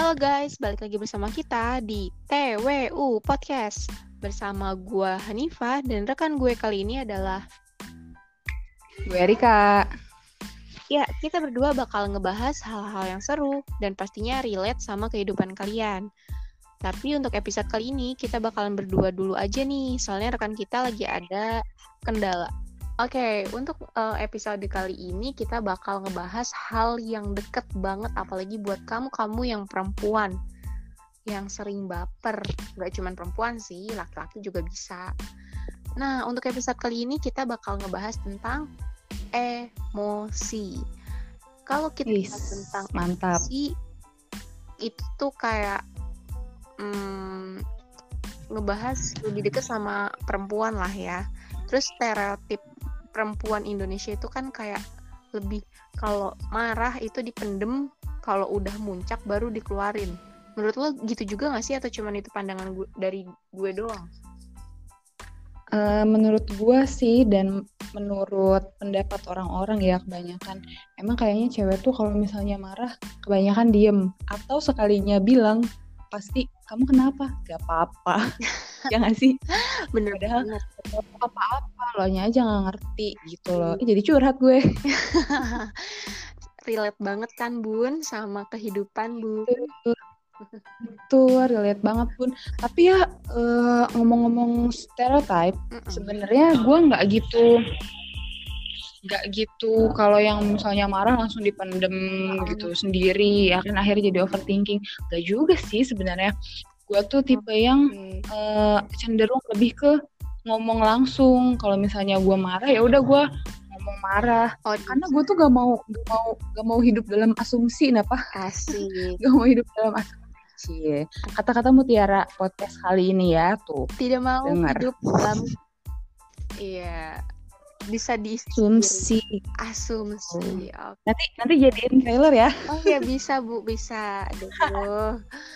Halo guys, balik lagi bersama kita di TWU Podcast. Bersama gue Hanifah dan rekan gue kali ini adalah Gue Erika. ya, kita berdua bakal ngebahas hal-hal yang seru dan pastinya relate sama kehidupan kalian. Tapi untuk episode kali ini kita bakalan berdua dulu aja nih, soalnya rekan kita lagi ada kendala. Oke, untuk episode kali ini kita bakal ngebahas hal yang deket banget, apalagi buat kamu yang perempuan yang sering baper. Gak cuma perempuan sih, laki-laki juga bisa. Nah, untuk episode kali ini kita bakal ngebahas tentang emosi. Kalau kita bahas tentang mantap. emosi, itu tuh kayak ngebahas lebih deket sama perempuan lah ya. Terus stereotip perempuan Indonesia itu kan kayak lebih kalau marah itu dipendem, kalau udah muncak baru dikeluarin. Menurut lo gitu juga gak sih, atau cuman itu pandangan dari gue doang? Menurut gue sih, dan menurut pendapat orang-orang ya, kebanyakan emang kayaknya cewek tuh kalau misalnya marah kebanyakan diem, atau sekalinya bilang pasti kamu kenapa? Gak apa-apa. Ya gak sih? Bener Padahal banget. apa-apa, lo nya aja gak ngerti gitu loh. Jadi curhat gue. Relate banget kan Bun sama kehidupan Bun. Betul, relate banget Bun. Tapi ya ngomong-ngomong stereotype, sebenarnya gue nggak gitu kalau yang misalnya marah langsung dipendem gitu sendiri, akan akhirnya jadi overthinking. Gak juga sih sebenarnya. Gue tuh tipe yang cenderung lebih ke ngomong langsung. Kalau misalnya gue marah ya udah gue ngomong marah. Karena gue tuh gak mau hidup dalam asumsi, kenapa? Asik. Gak mau hidup dalam asumsi. Kata-kata Mutiara podcast kali ini ya tuh. Tidak mau Dengar. hidup dalam bisa asumsi. Okay. Nanti jadiin trailer ya. Oh ya, bisa Bu, bisa. Aduh.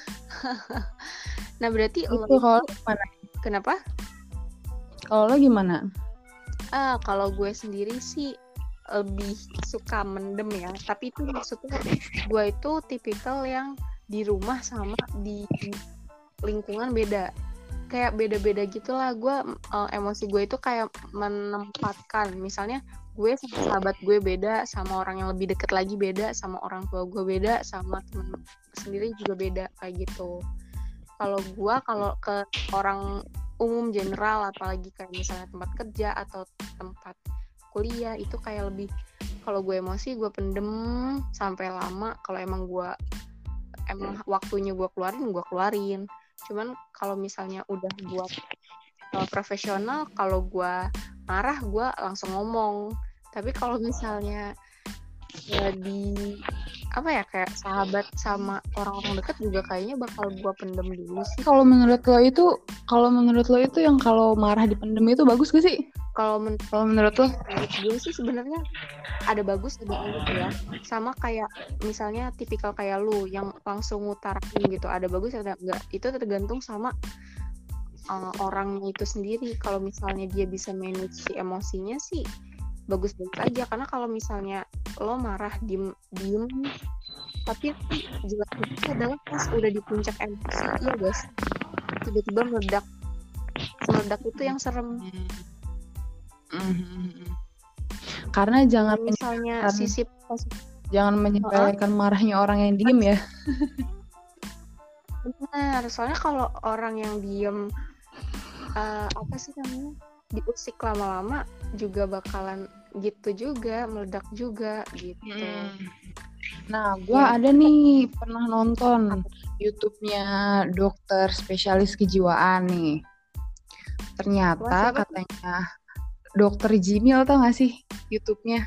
Nah, berarti lo kalau gimana? Kenapa? Kalau lo gimana? Kalau gue sendiri sih lebih suka mendem ya. Tapi itu maksudnya gue itu tipikal yang di rumah sama di lingkungan beda. Kayak beda-beda gitulah. Gue emosi gue itu kayak menempatkan. Misalnya gue sama sahabat gue beda, sama orang yang lebih deket lagi beda, sama orang tua gue beda, sama temen sendiri juga beda, kayak gitu. Kalau ke orang umum general, apalagi kayak misalnya tempat kerja atau tempat kuliah, itu kayak lebih, kalau gue emosi gue pendem sampai lama. Kalau emang waktunya gue keluarin. Cuman kalau misalnya udah buat profesional, kalau gue marah gue langsung ngomong. Tapi kalau misalnya di kayak sahabat sama orang-orang dekat juga kayaknya bakal gue pendem dulu sih. Kalau menurut lo itu yang kalau marah dipendem itu bagus gak sih? Kalau menurut lo? Menurut gue sih sebenarnya ada bagus ada enggak ya. Sama kayak misalnya tipikal kayak lu yang langsung ngutarain gitu, ada bagus ada enggak. Itu tergantung sama orangnya itu sendiri. Kalau misalnya dia bisa manage si emosinya sih bagus-bagus aja. Karena kalau misalnya lo marah diem tapi jelas-jelas adalah pas udah di puncak emosi ya guys, tiba-tiba meledak itu yang serem. Karena jangan misalnya jangan menyepelekan marahnya orang yang diem ya. Benar, soalnya kalau orang yang diem diusik lama-lama juga bakalan gitu juga, meledak juga gitu. Nah, gue ada nih pernah nonton YouTube-nya dokter spesialis kejiwaan nih. Ternyata katanya Dokter Jimil, tau gak sih YouTube-nya?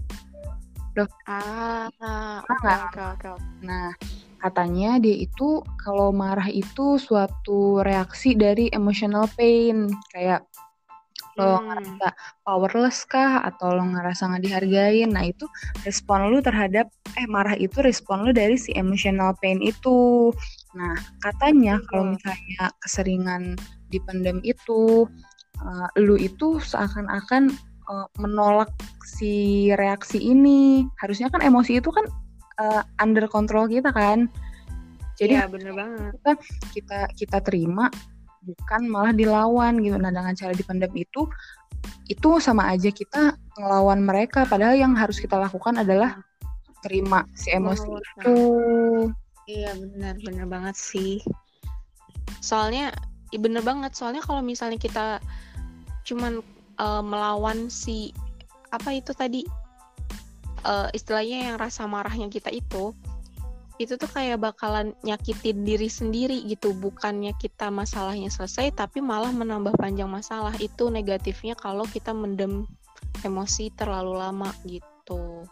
Nah, katanya dia itu kalau marah itu suatu reaksi dari emotional pain. Kayak lo ngerasa powerless kah, atau lo ngerasa gak dihargain. Nah itu respon lo terhadap marah itu respon lo dari si emotional pain itu. Nah katanya kalau misalnya keseringan dipendam itu, lo itu seakan-akan menolak si reaksi ini. Harusnya kan emosi itu kan under control kita kan. Jadi Iya, bener banget. kita terima, bukan malah dilawan gitu. Nah, dengan cara dipendam itu sama aja kita ngelawan mereka. Padahal yang harus kita lakukan adalah terima si emosi Mengeluarkan. itu. Iya, bener banget sih. Soalnya, bener banget. Soalnya kalau misalnya kita cuman melawan si apa itu tadi, istilahnya yang rasa marahnya kita itu tuh kayak bakalan nyakitin diri sendiri gitu. Bukannya kita masalahnya selesai, tapi malah menambah panjang masalah. Itu negatifnya kalau kita mendem emosi terlalu lama gitu.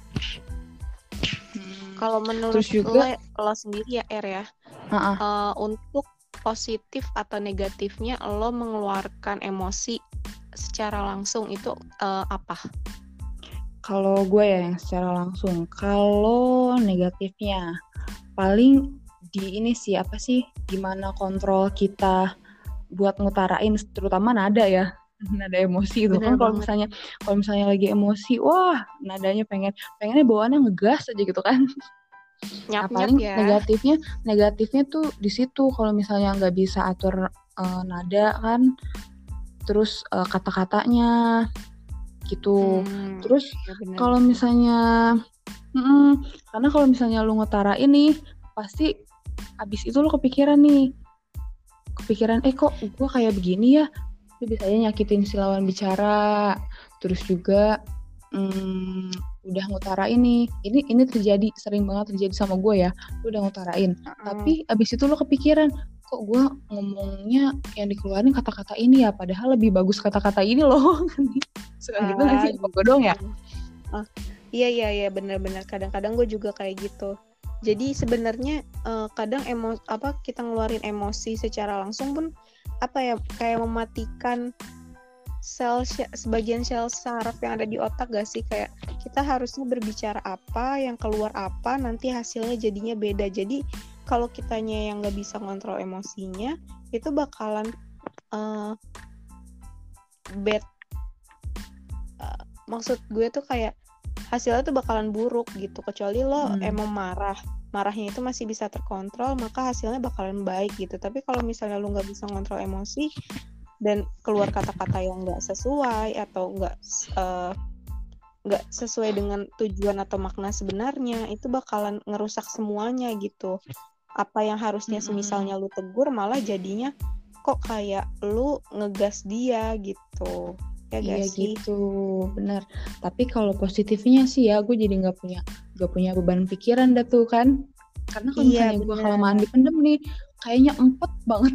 Kalau menurut Terus juga lo sendiri ya, ya, untuk positif atau negatifnya lo mengeluarkan emosi secara langsung itu apa? kalau gue ya yang secara langsung, kalau negatifnya paling di ini sih, apa sih, gimana kontrol kita buat ngutarain, terutama nada ya, nada emosi itu kan. Kalau misalnya lagi emosi, wah nadanya pengennya bawaannya ngegas aja gitu kan. Nah, paling Ya. negatifnya tuh di situ, kalau misalnya nggak bisa atur nada kan, terus kata-katanya gitu. Terus Ya kalau misalnya karena kalau misalnya lu ngutara ini, pasti abis itu lu kepikiran kok gue kayak begini ya, lu bisa aja nyakitin si lawan bicara. Terus juga udah ngutara ini sering banget terjadi sama gue ya, lu udah ngutarain, tapi abis itu lu kepikiran, kok gue ngomongnya yang dikeluarin kata-kata ini ya, padahal lebih bagus kata-kata ini loh. Suka gitu gak sih? Gue doang ya? Iya, benar-benar. Kadang-kadang gue juga kayak gitu. Jadi sebenarnya kadang kita ngeluarin emosi secara langsung pun kayak mematikan sebagian sel saraf yang ada di otak gak sih? Kayak kita harusnya berbicara apa, yang keluar apa, nanti hasilnya jadinya beda. Jadi kalau kitanya yang gak bisa ngontrol emosinya, itu bakalan bad. Maksud gue tuh kayak hasilnya tuh bakalan buruk gitu. Kecuali lo emang marahnya itu masih bisa terkontrol, maka hasilnya bakalan baik gitu. Tapi kalau misalnya lo gak bisa ngontrol emosi dan keluar kata-kata yang gak sesuai atau gak sesuai dengan tujuan atau makna sebenarnya, itu bakalan ngerusak semuanya gitu. Apa yang harusnya semisalnya lu tegur, malah jadinya kok kayak lu ngegas dia gitu. Ya iya sih? Gitu, benar. Tapi kalau positifnya sih ya, gue jadi nggak punya beban pikiran dah tuh kan. Karena kalau misalnya gue kelamaan dipendem nih, kayaknya empet banget.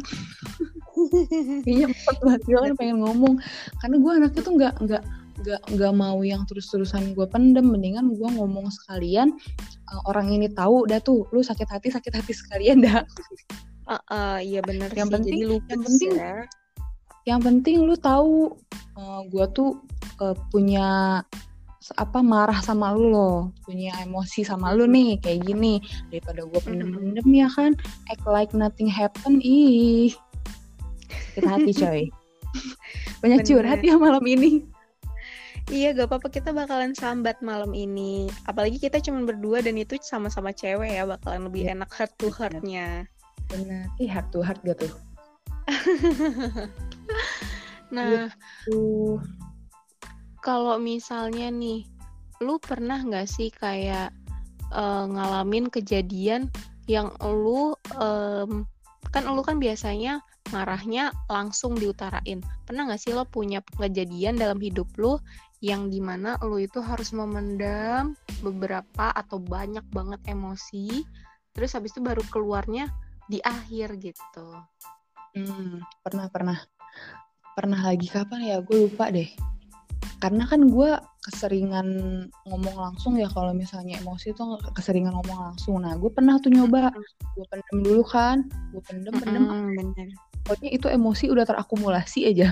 Gue kan pengen ngomong. Karena gue anaknya tuh nggak mau yang terus-terusan gue pendem. Mendingan gue ngomong sekalian, orang ini tahu dah tuh, lu sakit hati sekalian dah. Iya benar sih. Jadi yang penting lu tahu gue tuh punya marah sama lu loh, punya emosi sama lu nih kayak gini, daripada gue pendem ya kan, act like nothing happen. Kita hati coy. Banyak curhat ya malam ini. Iya, gak apa-apa, kita bakalan sambat malam ini. Apalagi kita cuma berdua dan itu sama-sama cewek ya, bakalan lebih enak heart to heart-nya. Benar. Heart to heart gak tuh? Nah, kalau misalnya nih, lu pernah gak sih kayak ngalamin kejadian yang lu kan biasanya marahnya langsung diutarain. Pernah gak sih lo punya kejadian dalam hidup lu yang dimana lu itu harus memendam beberapa atau banyak banget emosi, terus habis itu baru keluarnya di akhir gitu? Pernah lagi kapan ya, gue lupa deh. Karena kan gue keseringan ngomong langsung ya, kalau misalnya emosi tuh keseringan ngomong langsung. Nah, gue pernah tuh nyoba, gue pendem dulu kan, gue pendem. Bener. Pokoknya itu emosi udah terakumulasi aja.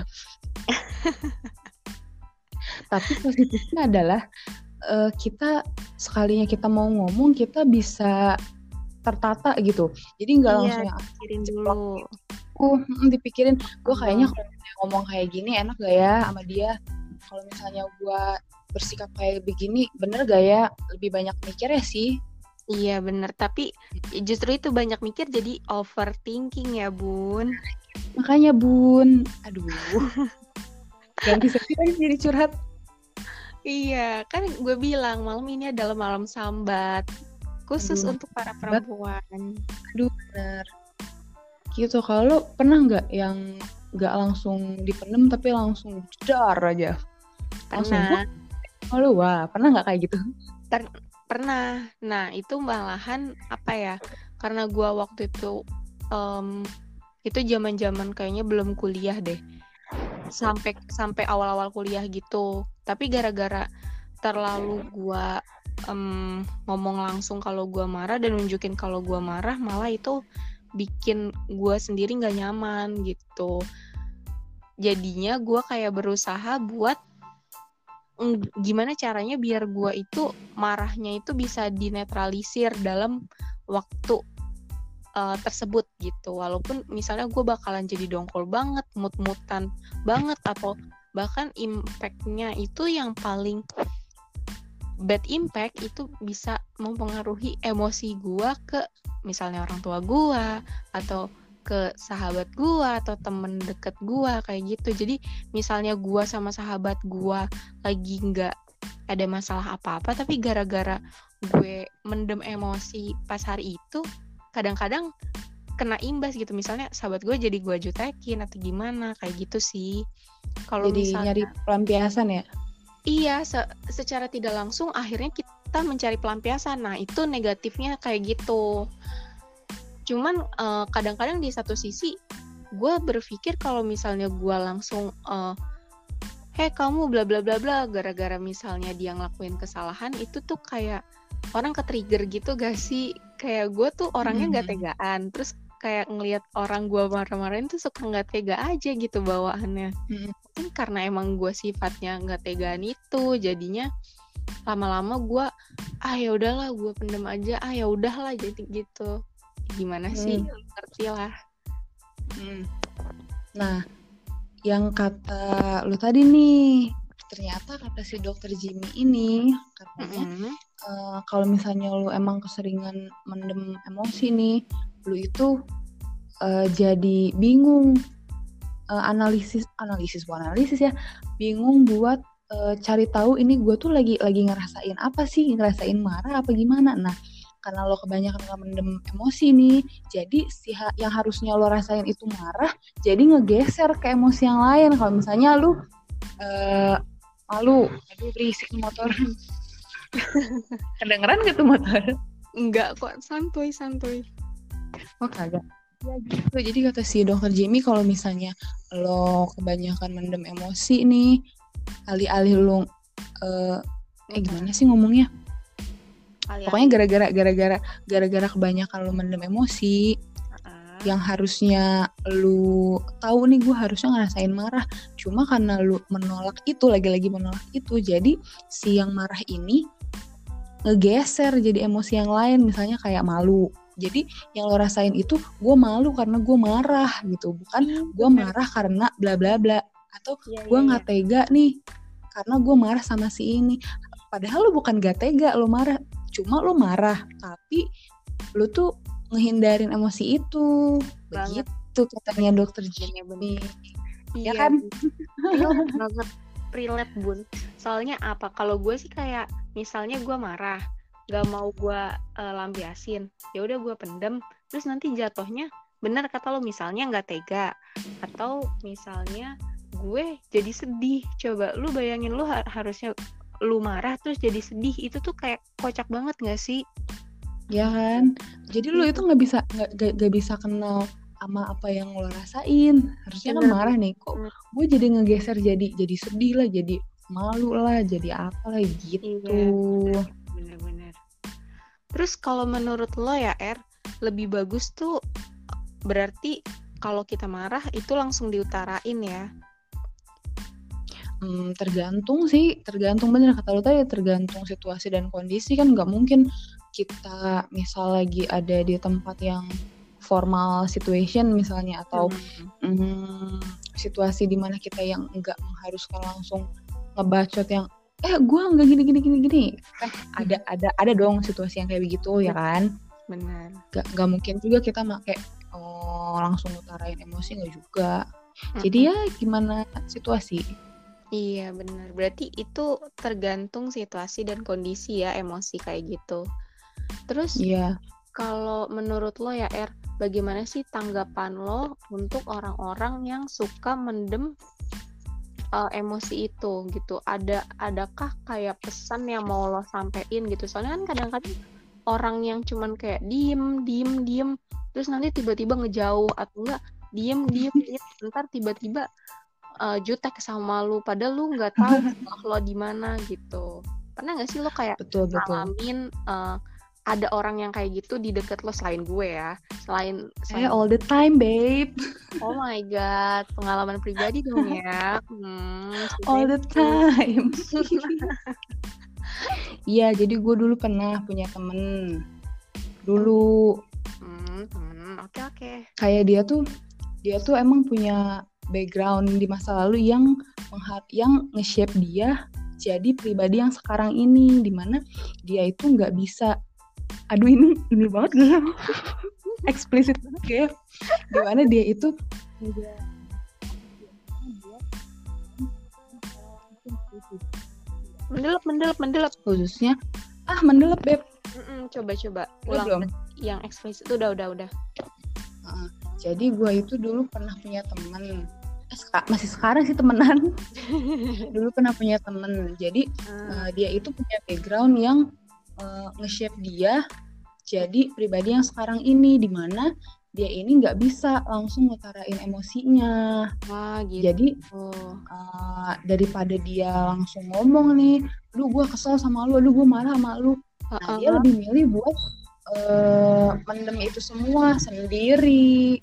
Tapi positifnya adalah kita sekalinya kita mau ngomong, kita bisa tertata gitu. Jadi nggak langsung yang pikirin dulu. Dipikirin, gue kayaknya kalau ngomong kayak gini enak gak ya sama dia, kalau misalnya gue bersikap kayak begini bener gak ya, lebih banyak mikirnya sih. Iya bener, tapi justru itu banyak mikir jadi overthinking ya Bun. Makanya Bun, aduh, ganti sesi lagi jadi curhat. Iya, kan gue bilang malam ini adalah malam sambat, khusus Aduh, untuk para hebat. perempuan. Aduh, bener. Gitu, kalau lo pernah nggak yang nggak langsung dipendem tapi langsung jedar aja? Langsung, Pernah, oh lu, wah, pernah nggak kayak gitu? pernah. Nah, itu malahan apa ya? Karena gue waktu itu zaman-zaman kayaknya belum kuliah deh. Sampai awal-awal kuliah gitu. Tapi gara-gara terlalu gue ngomong langsung kalau gue marah dan nunjukin kalau gue marah, malah itu bikin gue sendiri nggak nyaman gitu. Jadinya gue kayak berusaha buat gimana caranya biar gue itu marahnya itu bisa dinetralisir dalam waktu tersebut gitu. Walaupun misalnya gue bakalan jadi dongkol banget, mut-mutan banget, atau bahkan impact-nya itu yang paling bad impact itu bisa mempengaruhi emosi gue ke misalnya orang tua gue atau ke sahabat gue atau temen deket gue kayak gitu. Jadi misalnya gue sama sahabat gue lagi nggak ada masalah apa-apa, tapi gara-gara gue mendem emosi pas hari itu, kadang-kadang kena imbas gitu. Misalnya sahabat gue jadi gue jutekin atau gimana kayak gitu sih. Kalau Jadi misalnya nyari pelampiasan ya? iya, secara tidak langsung akhirnya kita mencari pelampiasan. Nah, itu negatifnya kayak gitu. Cuman kadang-kadang di satu sisi gue berpikir kalau misalnya gue langsung hei kamu bla bla bla bla, gara-gara misalnya dia ngelakuin kesalahan, itu tuh kayak orang ke-trigger gitu gak sih? Kayak gue tuh orangnya gak tegaan, terus kayak ngelihat orang gue marah-marahin tuh suka gak tega aja gitu bawaannya. Mungkin karena emang gue sifatnya gak tegaan itu, jadinya lama-lama gue ya udahlah gue pendem aja, ya udahlah jadi gitu. Gimana sih? Ngerti lah. Nah, yang kata lu tadi nih, ternyata kata si dokter Jimmy ini katanya kalau misalnya lu emang keseringan mendem emosi nih, lu itu jadi bingung analisis ya, bingung buat cari tahu ini gue tuh lagi ngerasain apa sih, ngerasain marah apa gimana. Nah, karena lo kebanyakan mendem emosi nih, jadi yang harusnya lo rasain itu marah, jadi ngegeser ke emosi yang lain. Kalau misalnya lu malu, aduh berisik motor. Kedengeran gak tuh motor? Enggak kok, santuy. Oh kagak. Ya gitu. Jadi kata si dokter Jamie kalau misalnya lo kebanyakan mendem emosi nih, alih-alih lo gimana sih ngomongnya? Pokoknya gara-gara kebanyakan lo mendem emosi, yang harusnya lu tahu nih gue harusnya ngerasain marah, cuma karena lu menolak itu, lagi-lagi menolak itu, jadi si yang marah ini ngegeser jadi emosi yang lain, misalnya kayak malu. Jadi yang lo rasain itu gue malu karena gue marah gitu, bukan gue marah karena bla bla bla, atau gue nggak tega nih karena gue marah sama si ini. Padahal lo bukan gak tega, lo marah, cuma lo marah tapi lo tuh ngehindarin emosi itu. Begitu katanya dokter Jimmy. Iya, Ya kan? Banget relate Bun. Soalnya apa? Kalau gue sih kayak misalnya gue marah, gak mau gue lampiasin, ya udah gue pendem. Terus nanti jatuhnya benar kata lo, misalnya nggak tega, atau misalnya gue jadi sedih. Coba lu bayangin, lu harusnya lu marah terus jadi sedih, itu tuh kayak kocak banget nggak sih? Ya kan? Jadi lu itu nggak bisa kenal sama apa yang lo rasain. Harusnya kan marah nih, kok gue jadi ngegeser jadi sedih lah, jadi malu lah, jadi apa lah gitu. Iya, bener. Terus kalau menurut lo ya lebih bagus tuh berarti kalau kita marah itu langsung diutarain ya? Tergantung bener kata lo tadi, tergantung situasi dan kondisi. Kan nggak mungkin kita misal lagi ada di tempat yang formal situation misalnya, atau situasi dimana kita yang nggak mengharuskan langsung ngebacot yang gue nggak gini kan ada dong situasi yang kayak begitu ya kan. Benar. Gak mungkin juga kita pakai langsung utarain emosi, nggak juga. Jadi ya gimana situasi. Iya benar. Berarti itu tergantung situasi dan kondisi ya, emosi kayak gitu. Terus Iya. kalau menurut lo ya bagaimana sih tanggapan lo untuk orang-orang yang suka mendem emosi itu gitu? Adakah kayak pesan yang mau lo sampein gitu? Soalnya kan kadang-kadang orang yang cuman kayak diem terus nanti tiba-tiba ngejauh atau enggak diem ntar tiba-tiba jutek sama lu padahal lu nggak tahu lo di mana gitu. Pernah nggak sih lo kayak Betul. ngalamin ada orang yang kayak gitu di deket lo selain gue ya, selain all the time babe. Oh my god, pengalaman pribadi dong ya. All the time. Iya, jadi gue dulu pernah punya temen dulu. Oke. Kayak dia tuh emang punya background di masa lalu yang nge-shape dia jadi pribadi yang sekarang ini, dimana dia itu nggak bisa, aduh ini banget gak eksplisit banget kayak, dimana dia itu mendelep khususnya mendelep beb. Coba ulang belum? Yang eksplisit udah. Jadi gue itu dulu pernah punya teman, masih sekarang sih temenan. Dulu pernah punya temen, jadi dia itu punya background yang nge-shape dia jadi pribadi yang sekarang ini, dimana dia ini nggak bisa langsung ngutarain emosinya. Gitu. Jadi daripada dia langsung ngomong nih, aduh gue kesel sama lu, aduh gue marah sama lu, nah dia lebih milih buat mendem itu semua sendiri.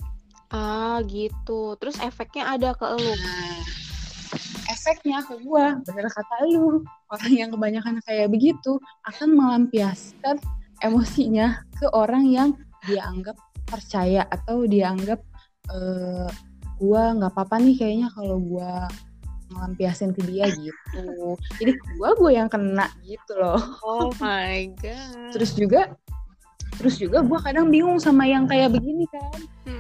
Gitu. Terus efeknya ada ke lu? Efeknya ke gue, bener kata lu, orang yang kebanyakan kayak begitu akan melampiaskan emosinya ke orang yang dia anggap percaya atau dia anggap gue nggak apa-apa nih kayaknya kalau gue melampiasin ke dia gitu. Jadi gue yang kena gitu loh. Oh my god. Terus juga gue kadang bingung sama yang kayak begini kan.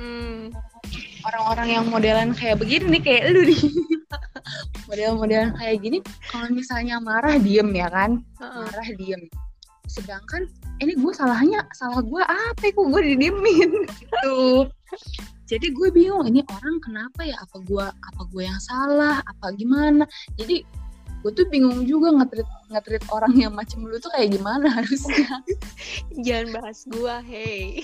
Orang-orang yang modelan kayak begini nih, kayak lu nih. Model-modelan kayak gini, kalau misalnya marah diem ya kan, marah diem. Sedangkan ini salah gue apa kok gue didiemin gitu. Jadi gue bingung, ini orang kenapa ya, apa gue yang salah, apa gimana. Jadi gue tuh bingung juga nge-treat orang yang macam lu tuh kayak gimana harusnya. Jangan bahas gue, hey.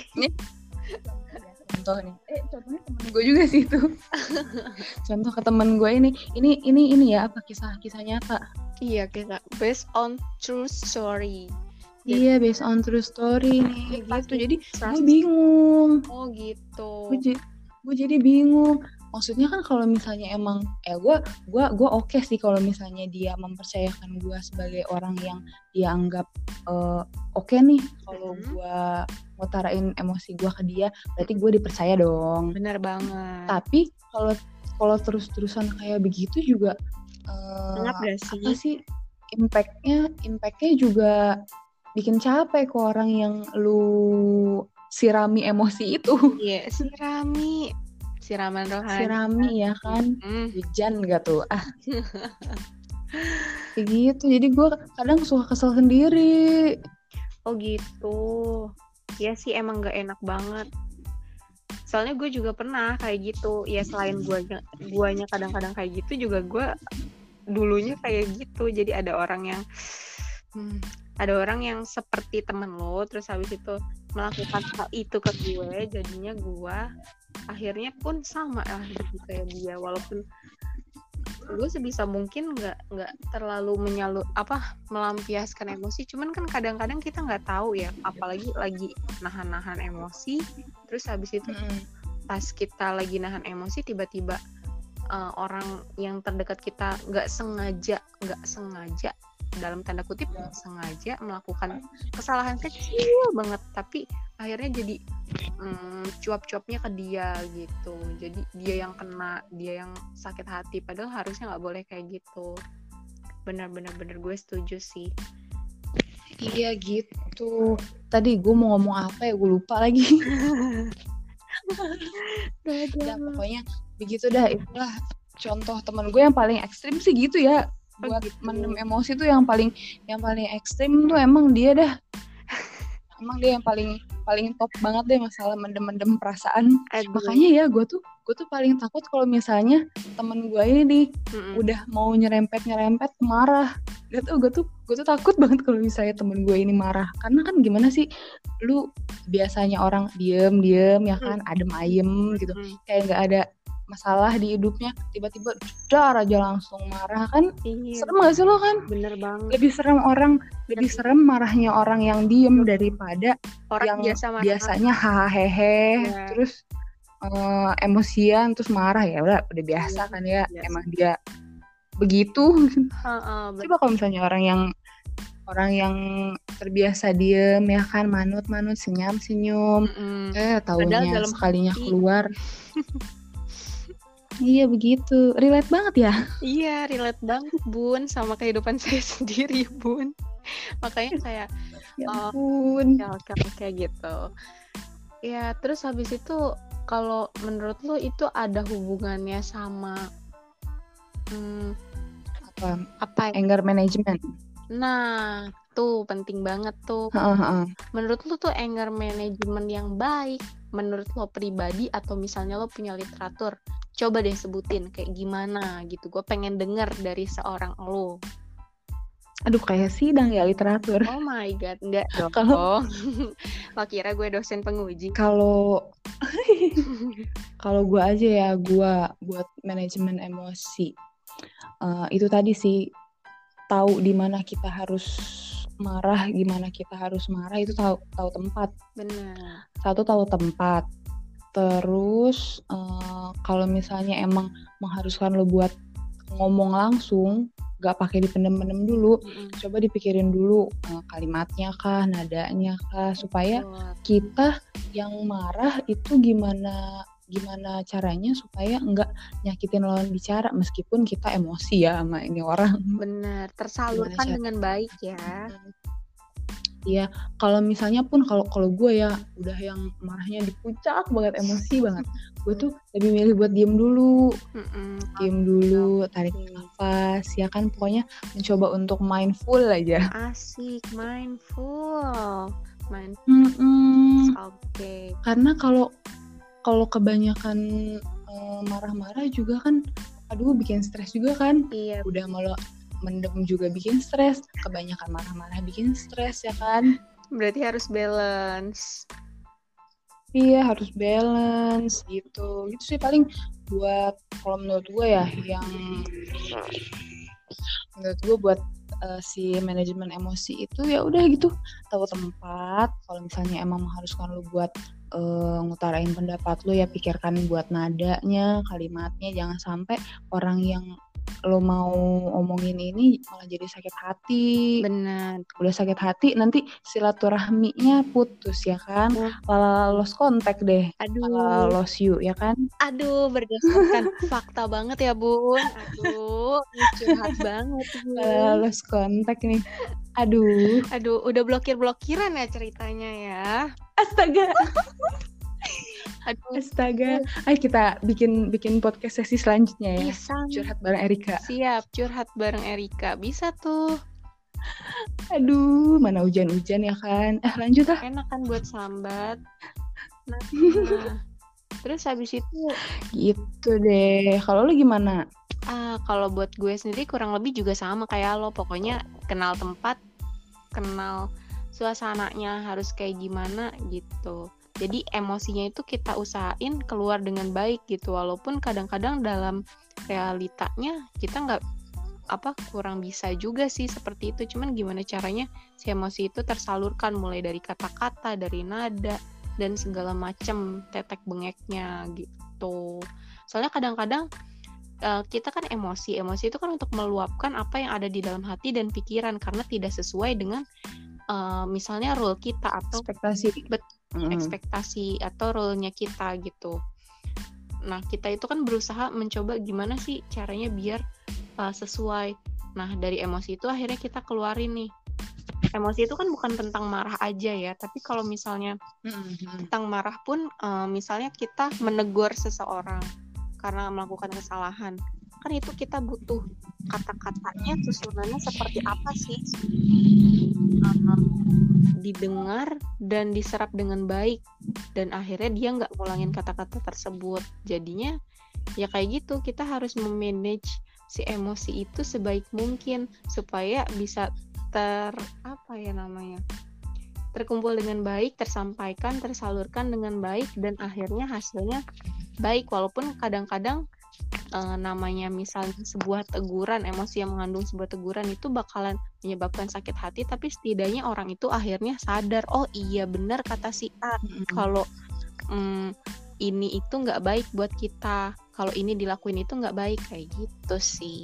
Contoh nih, contohnya temen gue juga sih itu. Contoh ke temen gue ini ya, apa kisah nyata. Iya, kisah based on true story. Iya, based on true story nih gitu. Jadi gue bingung. Oh gitu. Gue jadi bingung. Maksudnya kan kalau misalnya emang gue oke sih kalau misalnya dia mempercayakan gue sebagai orang yang dia anggap oke nih, kalau gue ngutarain emosi gue ke dia, berarti gue dipercaya dong. Benar banget. Tapi kalau terus-terusan kayak begitu juga apa sih impactnya juga bikin capek ke orang yang lu sirami emosi itu. Iya, siraman rohani. Sirami ya kan, hujan gak tuh? Kayak gitu, jadi gue kadang suka kesel sendiri. Oh gitu. Ya sih emang gak enak banget. Soalnya gue juga pernah kayak gitu. Ya selain guanya kadang-kadang kayak gitu, juga gue dulunya kayak gitu. Jadi ada orang yang seperti temen lo, terus habis itu melakukan hal itu ke gue, jadinya gue akhirnya pun sama lah gitu kayak dia, walaupun gue sebisa mungkin nggak terlalu melampiaskan emosi, cuman kan kadang-kadang kita nggak tahu ya, apalagi lagi nahan emosi, terus habis itu pas kita lagi nahan emosi tiba-tiba orang yang terdekat kita nggak sengaja dalam tanda kutip sengaja melakukan kesalahan kecil banget, tapi akhirnya jadi cuap-cuapnya ke dia gitu. Jadi dia yang kena, dia yang sakit hati, padahal harusnya nggak boleh kayak gitu. bener gue setuju sih. Iya gitu. Tadi gue mau ngomong apa ya, gue lupa lagi. Ya pokoknya begitu dah, itulah contoh teman gue yang paling ekstrim sih gitu ya. Buat mendem emosi tuh yang paling ekstrim tuh emang dia dah. Emang dia yang paling top banget deh masalah mendem perasaan. Makanya ya gue tuh paling takut kalau misalnya temen gue ini nih udah mau nyerempet marah. Gue tuh takut banget kalau misalnya temen gue ini marah, karena kan gimana sih, lu biasanya orang diem ya kan, adem ayem gitu, kayak nggak ada masalah di hidupnya, tiba-tiba dar aja langsung marah kan. Serem gak sih lo kan? Bener banget. Lebih serem marahnya orang yang diem daripada orang yang biasanya hahaha terus emosian terus marah. Ya udah biasa kan ya, emang dia begitu. Coba kalau misalnya orang yang terbiasa diem ya kan, manut senyum taunya sekalinya keluar. Iya begitu, relate banget ya. Iya, relate banget Bun sama kehidupan saya sendiri Bun. Makanya kayak ya ampun. Oke gitu. Ya terus habis itu kalau menurut lu itu ada hubungannya sama apa? Anger management. Nah, tuh penting banget tuh. Menurut lu tuh anger management yang baik menurut lo pribadi, atau misalnya lo punya literatur, coba deh sebutin kayak gimana gitu. Gue pengen denger dari seorang lo. Aduh, kayak sidang ya literatur. Oh my god, enggak dong. Lo kira gue dosen penguji. Kalau gue aja ya, gue buat manajemen emosi itu tadi sih, tahu di mana kita harus marah, gimana kita harus marah, itu tahu tempat. Benar. Satu, tahu tempat. Terus kalau misalnya emang mengharuskan lo buat ngomong langsung, gak pakai dipendem-pendem dulu, coba dipikirin dulu kalimatnya kah, nadanya kah, supaya kita yang marah itu gimana caranya supaya nggak nyakitin lawan bicara, meskipun kita emosi ya sama ini orang. Benar, tersalurkan dengan baik ya. Iya, kalau misalnya pun kalau gue ya udah yang marahnya di puncak banget, emosi banget, gue tuh lebih milih buat diem dulu, tarik nafas, ya kan, pokoknya mencoba untuk mindful aja. Asik, mindful. Oke. Karena kalau kebanyakan marah-marah juga kan, aduh bikin stres juga kan. Iya. Udah malah mendem juga bikin stres, kebanyakan marah-marah bikin stres ya kan. Berarti harus balance. Iya, harus balance gitu. Itu sih paling buat, kalau menurut gue ya, yang menurut gue buat si manajemen emosi itu ya udah gitu, tahu tempat. Kalau misalnya emang mengharuskan lu buat ngutarain pendapat lu, ya pikirkan buat nadanya, kalimatnya, jangan sampai orang yang lo mau omongin ini malah jadi sakit hati. Benar. Udah sakit hati, nanti silaturahminya putus ya kan. Malah lost contact deh. Malah lost you ya kan. Aduh, berdasarkan fakta banget ya Bun. Aduh, curhat banget Bun. Malah lost contact nih. Aduh, udah blokir-blokiran ya ceritanya ya. Astaga. Astaga. Ayo kita bikin podcast sesi selanjutnya ya. Bisa. Curhat bareng Erika. Siap, curhat bareng Erika. Bisa tuh. Aduh, mana hujan-hujan ya kan. Lanjut lah. Enak kan buat sambat. Nah. Terus habis itu gitu deh. Kalau lo gimana? Kalau buat gue sendiri kurang lebih juga sama kayak lo. Pokoknya kenal tempat, kenal suasananya harus kayak gimana gitu. Jadi emosinya itu kita usahain keluar dengan baik gitu, walaupun kadang-kadang dalam realitanya kita nggak kurang bisa juga sih seperti itu. Cuman gimana caranya si emosi itu tersalurkan, mulai dari kata-kata, dari nada, dan segala macam tetek bengeknya gitu. Soalnya kadang-kadang kita kan emosi itu kan untuk meluapkan apa yang ada di dalam hati dan pikiran, karena tidak sesuai dengan misalnya role kita atau ekspektasi atau role-nya kita gitu. Nah, kita itu kan berusaha mencoba gimana sih caranya biar sesuai. Nah, dari emosi itu akhirnya kita keluarin nih. Emosi itu kan bukan tentang marah aja ya, tapi kalau misalnya tentang marah pun, misalnya kita menegur seseorang karena melakukan kesalahan, kan itu kita butuh kata-katanya susunannya seperti apa sih, didengar dan diserap dengan baik, dan akhirnya dia nggak ngulangin kata-kata tersebut. Jadinya ya kayak gitu, kita harus memanage si emosi itu sebaik mungkin supaya bisa terkumpul dengan baik, tersampaikan, tersalurkan dengan baik, dan akhirnya hasilnya baik. Walaupun kadang-kadang namanya misalnya sebuah teguran, emosi yang mengandung sebuah teguran itu bakalan menyebabkan sakit hati, tapi setidaknya orang itu akhirnya sadar, oh iya benar kata si A, kalau ini itu nggak baik buat kita, kalau ini dilakuin itu nggak baik, kayak gitu sih.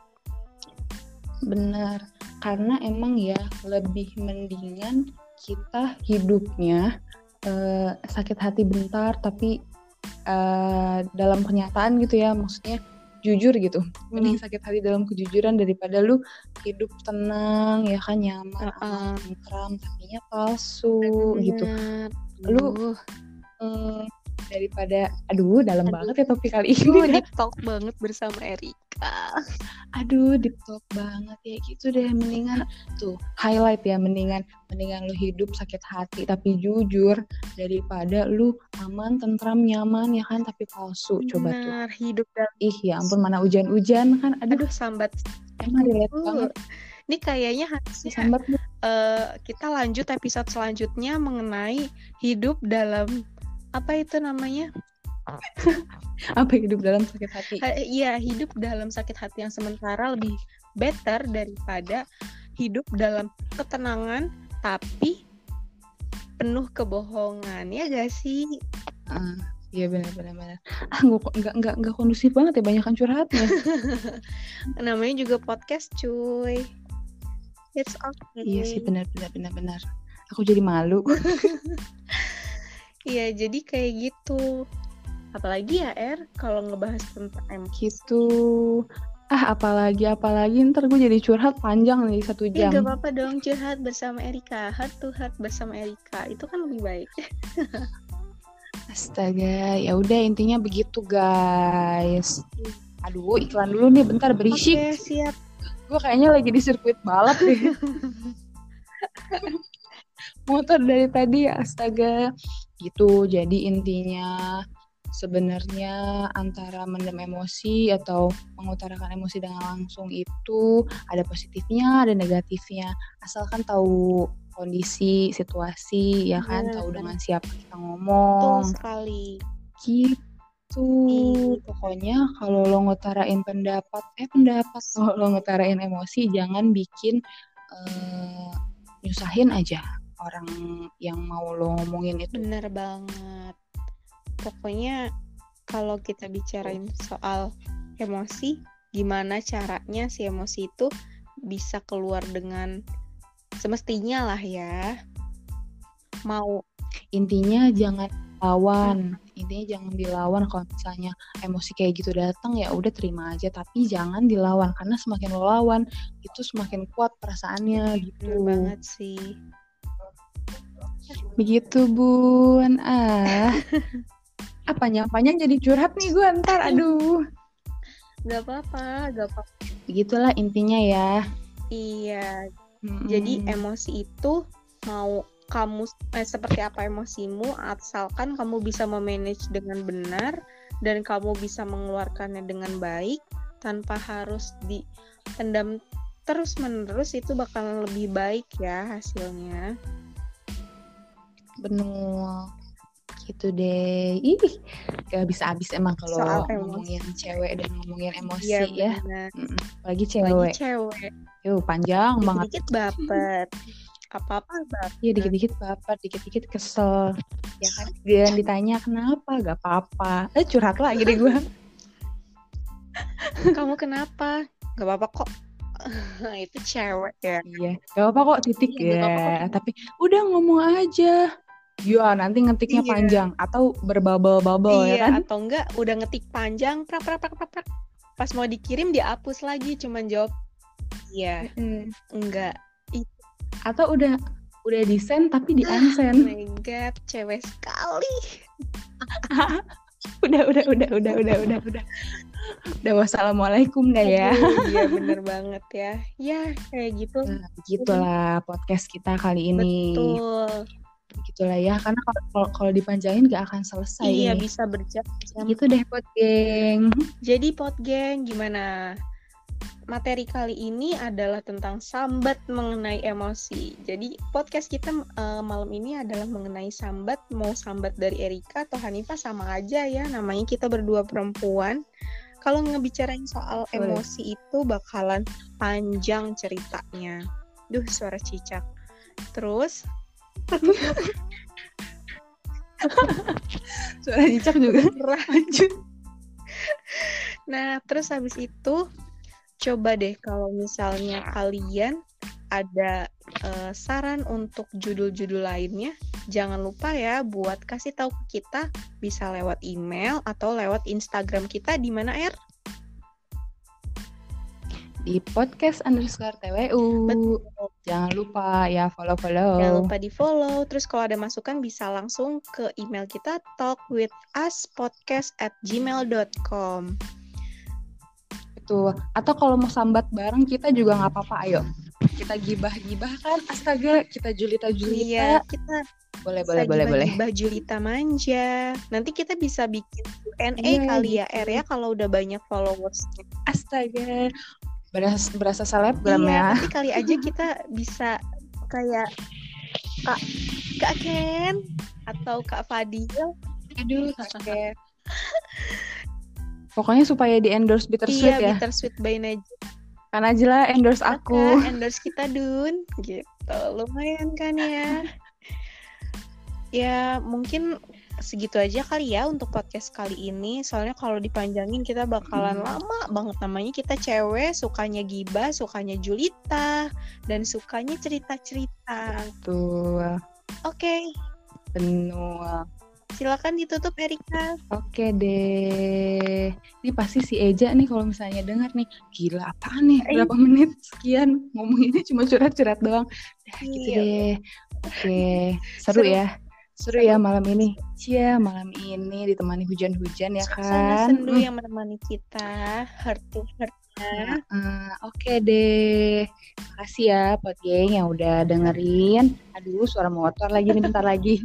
Benar, karena emang ya lebih mendingan kita hidupnya sakit hati bentar tapi dalam kenyataan gitu ya, maksudnya jujur gitu. Mending sakit hati dalam kejujuran daripada lu hidup tenang ya kan, nyaman, aman, tentram, tapinya palsu gitu. Lu daripada dalam banget ya topik kali ini. Deep talk banget bersama Erika. Deep talk banget ya gitu deh. Mendingan tuh highlight ya, mendingan lu hidup sakit hati tapi jujur daripada lu aman, tentram, nyaman ya kan tapi palsu. Coba tuh hidup dan ya ampun, mana hujan kan. Sambat. Emang relate banget. Ini kayaknya harusnya kita lanjut episode selanjutnya mengenai hidup dalam apa itu namanya? Apa hidup dalam sakit hati? Iya, hidup dalam sakit hati yang sementara lebih better daripada hidup dalam ketenangan tapi penuh kebohongan, ya gak sih? Iya benar. Nggak kondusif banget ya, banyakan curhatnya. Namanya juga podcast, cuy. It's okay. Iya sih, benar. Aku jadi malu. Iya, jadi kayak gitu. Apalagi ya, kalau ngebahas tentang emosi gitu. Apalagi ntar gue jadi curhat panjang nih 1 jam. Gak apa-apa dong, curhat bersama Erika. Heart to heart bersama Erika. Itu kan lebih baik. Astaga, ya udah intinya begitu guys. Aduh, iklan dulu nih, bentar berisik. Oke, siap. Gue kayaknya lagi di sirkuit balap deh. Motor dari tadi, astaga. Gitu, jadi intinya sebenarnya antara mendem emosi atau mengutarakan emosi dengan langsung itu ada positifnya, ada negatifnya. Asalkan tahu kondisi, situasi, ya kan, tahu dengan siapa kita ngomong. Betul sekali. Gitu. Pokoknya kalau lo ngutarain kalau lo ngutarain emosi jangan bikin nyusahin aja orang yang mau lo ngomongin itu. Bener banget. Pokoknya kalau kita bicarain soal emosi, gimana caranya si emosi itu bisa keluar dengan semestinya lah ya. Intinya jangan lawan. Intinya jangan dilawan. Kalau misalnya emosi kayak gitu datang, ya udah terima aja, tapi jangan dilawan, karena semakin lo lawan itu semakin kuat perasaannya gitu. Bener banget sih. Begitu Bun. Panjang jadi curhat nih gue ntar. Aduh. Gak apa-apa. Begitulah intinya ya. Iya. Jadi emosi itu mau kamu seperti apa emosimu, asalkan kamu bisa memanage dengan benar dan kamu bisa mengeluarkannya dengan baik tanpa harus dipendam terus-menerus, itu bakalan lebih baik ya hasilnya. Bener. Gitu deh. Gak bisa habis emang kalau ngomongin cewek dan ngomongin emosi ya. Apalagi cewek. Panjang banget. Dikit-dikit baper. Apa-apa baper. Iya, dikit-dikit baper, dikit-dikit kesel. Ya kan, dia ditanya kenapa, gak apa-apa. Curhat lagi deh gue. Kamu kenapa? Gak apa-apa kok. Itu cewek ya. Iya, gak apa-apa kok, titik ya. Tapi udah ngomong aja. Ya, nanti ngetiknya panjang atau berbubble-bubble ya kan? Atau enggak udah ngetik panjang, prak. Pas mau dikirim dihapus lagi, cuman jawab Iya, enggak. Atau udah di-send tapi Oh di-unsend. my god, cewek sekali. Udah. Udah wassalamualaikum dah ya. Aduh, iya bener banget ya. Ya, kayak gitu. Nah, gitulah podcast kita kali ini. Betul. Gitulah ya, karena kalau dipanjangin gak akan selesai. Iya, ini. bisa berjam-jam. Gitu deh Pot Geng. Jadi Pot Geng, gimana? Materi kali ini adalah tentang sambat mengenai emosi. Jadi podcast kita malam ini adalah mengenai sambat. Mau sambat dari Erika atau Hanifah sama aja ya. Namanya kita berdua perempuan. Kalau ngebicarain soal emosi itu bakalan panjang ceritanya. Duh, suara cicak. Terus suara cicak juga lanjut. Nah, terus habis itu coba deh kalau misalnya kalian ada saran untuk judul-judul lainnya, jangan lupa ya buat kasih tahu ke kita, bisa lewat email atau lewat Instagram kita di mana Di podcast_TWU. Betul. Jangan lupa ya follow. Jangan lupa di follow. Terus kalau ada masukan bisa langsung ke email kita talkwithuspodcast@gmail.com. Betul. Atau kalau mau sambat bareng kita juga nggak apa-apa, ayo. Kita gibah-gibah kan, astaga, kita julita-julita. Iya, kita boleh. Gibah Julita manja. Nanti kita bisa bikin Q&A kali ya, gitu. ya kalau udah banyak followers. Astaga, berasa selebgram iya, ya. Nanti kali aja kita bisa kayak Kak Ken atau Kak Fadil. Aduh, Kak Ken. Pokoknya supaya di endorse Bittersweet ya. Iya, Bittersweet by Najwa. Kan aja lah endorse aku. Endorse kita Dun. Gitu. Lumayan kan ya. Ya mungkin segitu aja kali ya untuk podcast kali ini. Soalnya kalau dipanjangin kita bakalan lama banget. Namanya kita cewek, sukanya gibah, sukanya julita, dan sukanya cerita-cerita. Tuh. Oke. Benar. Silakan ditutup Erika. Oke deh. Ini pasti si Eja nih kalau misalnya dengar nih, gila apaan nih? Berapa menit sekian ngomonginnya cuma curhat-curhat doang. Gitu deh. Oke, seru ya. Seru ya malam ini. Cia, malam ini ditemani hujan-hujan ya kan. Suasana sendu yang menemani kita, heart to heart-nya. Oke deh. Makasih ya Pot Geng yang udah dengerin. Aduh, suara motor lagi nih bentar lagi.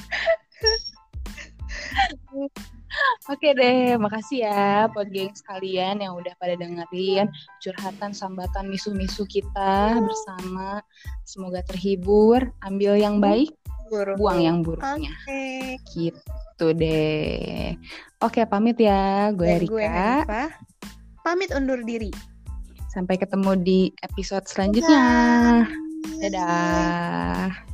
Oke deh, makasih ya Pot Geng sekalian yang udah pada dengerin curhatan sambatan misu-misu kita bersama. Semoga terhibur, ambil yang baik, buang yang buruknya. Gitu deh. Oke, pamit ya. Gue Erika. Gue Hanifah. Pamit undur diri. Sampai ketemu di episode selanjutnya. Dadah.